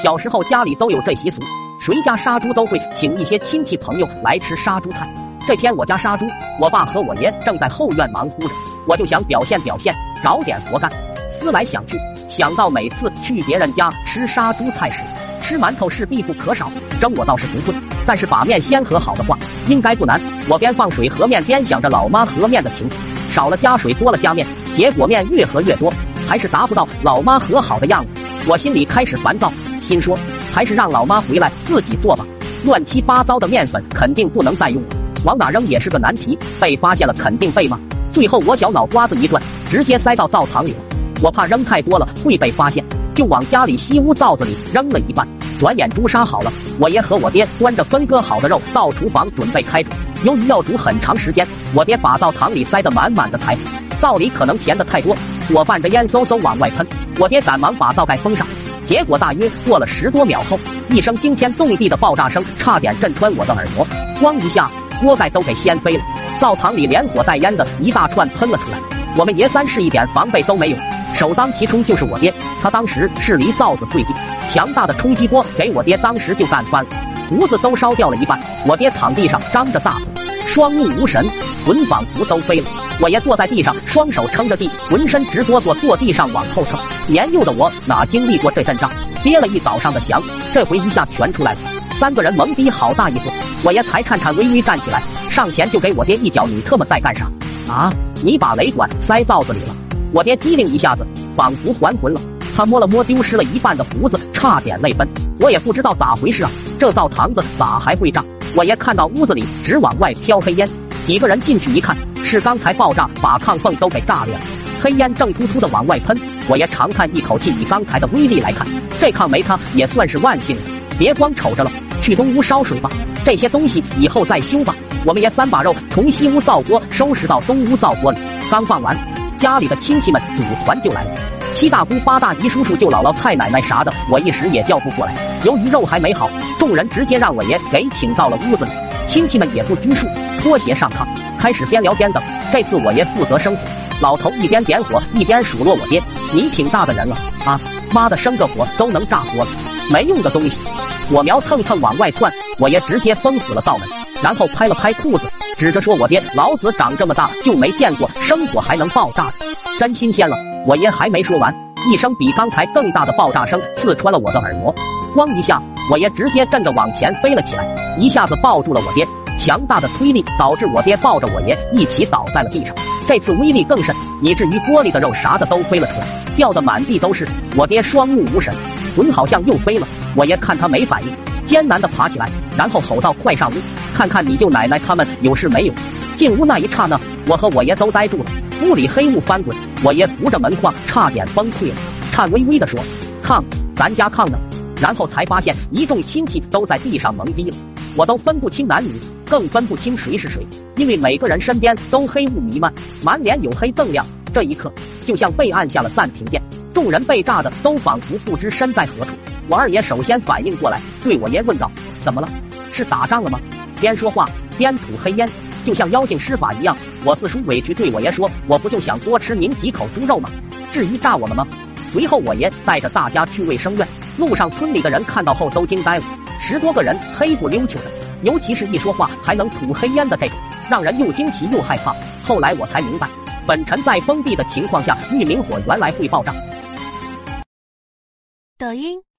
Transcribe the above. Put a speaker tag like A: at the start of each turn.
A: 小时候家里都有这习俗，谁家杀猪都会请一些亲戚朋友来吃杀猪菜。这天我家杀猪，我爸和我爷正在后院忙乎着，我就想表现表现，找点活干。思来想去，想到每次去别人家吃杀猪菜时，吃馒头是必不可少，蒸我倒是不会，但是把面先和好的话应该不难。我边放水和面边想着老妈和面的情况，少了加水多了加面，结果面越和越多，还是达不到老妈和好的样子。我心里开始烦躁，心说还是让老妈回来自己做吧，乱七八糟的面粉肯定不能再用了，往哪扔也是个难题，被发现了肯定被骂。最后我小脑瓜子一转，直接塞到灶堂里了。我怕扔太多了会被发现，就往家里西屋灶子里扔了一半。转眼猪杀好了，我爷和我爹端着分割好的肉到厨房准备开煮。由于要煮很长时间，我爹把灶堂里塞得满满的柴，灶里可能填得太多，伙伴着烟嗖嗖往外喷。我爹赶忙把灶盖封上，结果大约过了10多秒后，一声惊天动地的爆炸声差点震穿我的耳膜，咣一下锅盖都给掀飞了，灶堂里连火带烟的一大串喷了出来。我们爷三是一点防备都没有，首当其冲就是我爹，他当时是离灶子最近，强大的冲击波给我爹当时就干翻了，胡子都烧掉了一半。我爹躺地上张着大嘴，双目无神，魂仿佛都飞了。我爷坐在地上，双手撑着地，浑身直哆嗦，坐地上往后蹭。年幼的我哪经历过这阵仗，憋了一早上的翔，这回一下全出来了。3个人懵逼好大一会，我爷才颤颤巍巍站起来，上前就给我爹一脚，你特么在干啥啊？你把雷管塞灶子里了。我爹机灵一下子，仿佛还魂了，他摸了摸丢失了一半的胡子，差点泪奔。我也不知道咋回事啊，这灶堂子咋还会炸？我爷看到屋子里直往外飘黑烟，几个人进去一看，是刚才爆炸把炕缝都给炸裂了，黑烟正突突的往外喷。我爷长叹一口气，以刚才的威力来看，这炕没塌也算是万幸了，别光瞅着了，去东屋烧水吧，这些东西以后再修吧。我们爷3把肉从西屋灶锅收拾到东屋灶锅里，刚放完，家里的亲戚们组团就来了，7大姑8大姨叔叔舅姥姥太奶奶啥的，我一时也叫不过来。由于肉还没好，众人直接让我爷给请到了屋子里，亲戚们也不拘束，脱鞋上炕，开始边聊边等。这次我爷负责生火，老头一边点火一边数落我爹，你挺大的人了啊，妈的生个火都能炸锅了，没用的东西。火苗蹭蹭往外窜，我爷直接封死了灶门，然后拍了拍裤子，指着说我爹老子长这么大就没见过生火还能爆炸的，真新鲜了。我爷还没说完，一声比刚才更大的爆炸声刺穿了我的耳膜，咣一下，我爷直接震得往前飞了起来，一下子抱住了我爹，强大的推力导致我爹抱着我爷一起倒在了地上，这次威力更甚，以至于锅里的肉啥的都飞了出来，掉得满地都是。我爹双目无神，魂好像又飞了。我爷看他没反应，艰难地爬起来，然后吼道，快上屋看看你舅奶奶他们有事没有。进屋那一刹那，我和我爷都呆住了，屋里黑雾翻滚，我爷扶着门框差点崩溃了，颤巍巍地说，炕，咱家炕呢？然后才发现一众亲戚都在地上懵逼了，我都分不清男女，更分不清谁是谁，因为每个人身边都黑雾弥漫，满脸黝黑锃亮。这一刻就像被按下了暂停键，众人被炸的都仿佛不知身在何处。我二爷首先反应过来，对我爷问道，怎么了？是打仗了吗？边说话边吐黑烟，就像妖精施法一样。我四叔委屈对我爷说，我不就想多吃您几口猪肉吗？至于炸我们吗？随后我爷带着大家去卫生院，路上村里的人看到后都惊呆了，10多个人黑不溜秋的，尤其是一说话还能吐黑烟的这种，让人又惊奇又害怕。后来我才明白，粉尘在封闭的情况下遇明火原来会爆炸。
B: 抖音